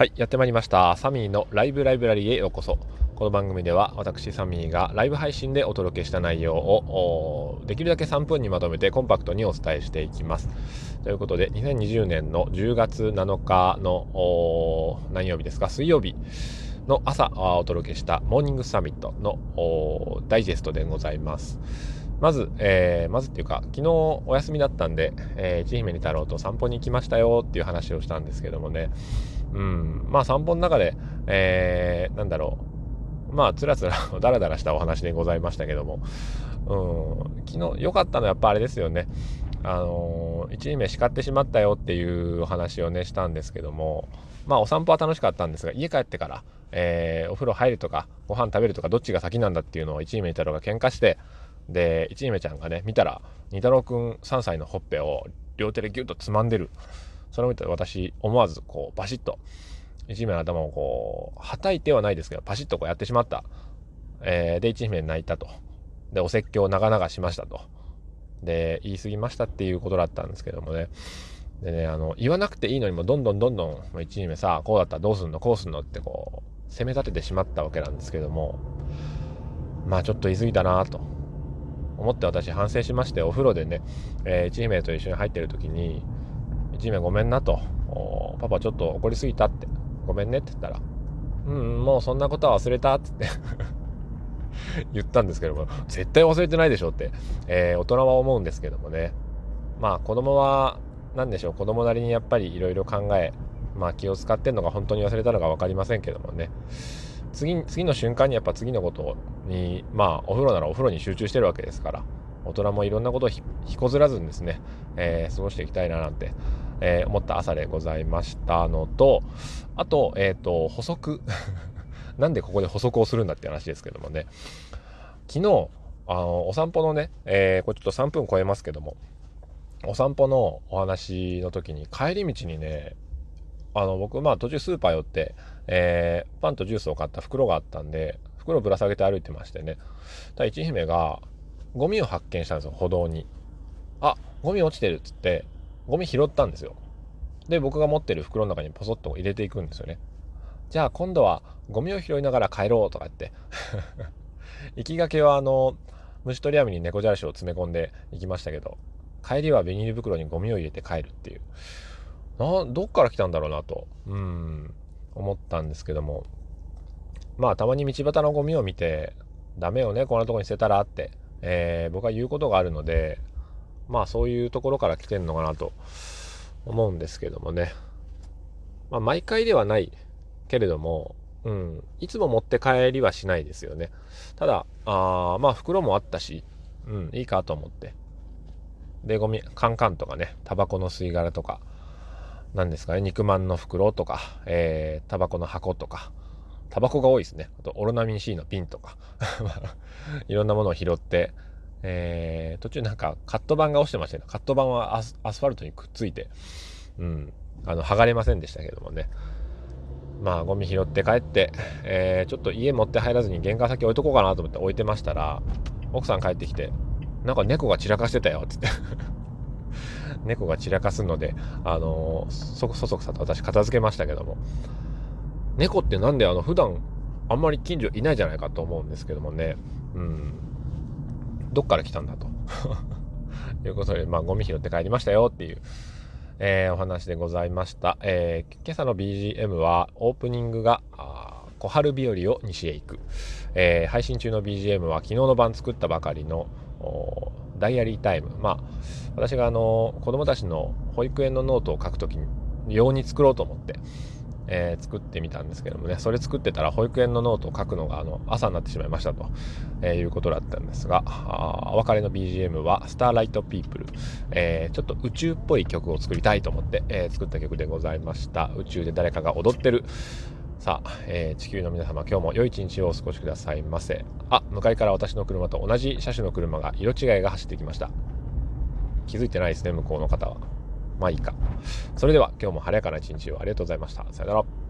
はい、やってまいりました。サミーのライブライブラリーへようこそ。この番組では私サミーがライブ配信でお届けした内容をできるだけ3分にまとめてコンパクトにお伝えしていきます。ということで、2020年の10月7日の何曜日ですか、水曜日の朝お届けしたモーニングサミットのダイジェストでございます。まずっていうか、昨日お休みだったんで、ちひめに太郎と散歩に行きましたよっていう話をしたんですけどもね。まあ散歩の中で、まあつらつらダラダラしたお話でございましたけども、昨日良かったのはやっぱあれですよね。一人目叱ってしまったよっていうお話をねしたんですけども、まあお散歩は楽しかったんですが、家帰ってから、お風呂入るとかご飯食べるとかどっちが先なんだっていうのを一人目太郎が喧嘩して、で一人目ちゃんがね見たら二太郎くん3歳のほっぺを両手でギュッとつまんでる。それを見て私思わずこうバシッと一姫の頭をこうはたいてはないですけどパシッとこうやってしまった。で一姫泣いたと。でお説教を長々しましたと。で言い過ぎましたっていうことだったんですけどもね。でね、言わなくていいのにもどんどん一姫さこうだったらどうすんのこうすんのってこう責め立ててしまったわけなんですけども、まあちょっと言い過ぎだなと思って私反省しまして、お風呂でね、一姫と一緒に入ってる時に一姫ごめんなと、パパちょっと怒りすぎたって、ごめんねって言ったら、もうそんなことは忘れたって言って言ったんですけども、絶対忘れてないでしょって、大人は思うんですけどもね。まあ子供は何でしょう、子供なりにやっぱりいろいろ考え、まあ気を使ってんのか本当に忘れたのか分かりませんけどもね、次の瞬間にやっぱ次のことに、まあお風呂ならお風呂に集中してるわけですから、大人もいろんなことをひこずらずにですね、過ごしていきたいななんて、思った朝でございましたのと、あと、補足なんでここで補足をするんだって話ですけどもね、昨日お散歩のね、これちょっと3分超えますけども、お散歩のお話の時に帰り道にね、僕まあ途中スーパー寄って、パンとジュースを買った袋があったんで、袋ぶら下げて歩いてましてね、一姫がゴミを発見したんですよ、歩道に。あ、ゴミ落ちてるっつってゴミ拾ったんですよ。で僕が持ってる袋の中にポソッと入れていくんですよね。じゃあ今度はゴミを拾いながら帰ろうとか言って行きがけは虫取り網に猫じゃらしを詰め込んで行きましたけど、帰りはビニール袋にゴミを入れて帰るっていう、どっから来たんだろうなと思ったんですけども、まあたまに道端のゴミを見てダメよねこんなとこに捨てたらって、僕は言うことがあるので、まあそういうところから来てんのかなと思うんですけどもね。まあ毎回ではないけれども、いつも持って帰りはしないですよね。ただまあ袋もあったし、いいかと思って、でゴミカンカンとかね、タバコの吸い殻とかなんですかね、肉まんの袋とか、タバコの箱とか、タバコが多いですね。あとオロナミン C のピンとかいろんなものを拾って、途中なんかカット板が落ちてましたけど、カット板はアスファルトにくっついて、剥がれませんでしたけどもね。まあゴミ拾って帰って、ちょっと家持って入らずに玄関先置いとこうかなと思って置いてましたら、奥さん帰ってきて、なんか猫が散らかしてたよっつって猫が散らかすので、そそくさと私片付けましたけども、猫ってなんで普段あんまり近所いないじゃないかと思うんですけどもね、どっから来たんだということで、まあゴミ拾って帰りましたよっていう、お話でございました。今朝の BGM はオープニングが小春日和を西へ行く、配信中の BGM は昨日の晩作ったばかりのダイアリータイム。まあ私が子供たちの保育園のノートを書くときに用に作ろうと思って、作ってみたんですけどもね、それ作ってたら保育園のノートを書くのが朝になってしまいましたと、いうことだったんですが、お別れの BGM はスターライトピープル、ちょっと宇宙っぽい曲を作りたいと思って、作った曲でございました。宇宙で誰かが踊ってる。さあ、地球の皆様、今日も良い一日をお過ごしくださいませ。向かいから私の車と同じ車種の車が色違いが走ってきました。気づいてないですね、向こうの方は。まあいいか。それでは今日も晴れやかな一日をありがとうございました。さよなら。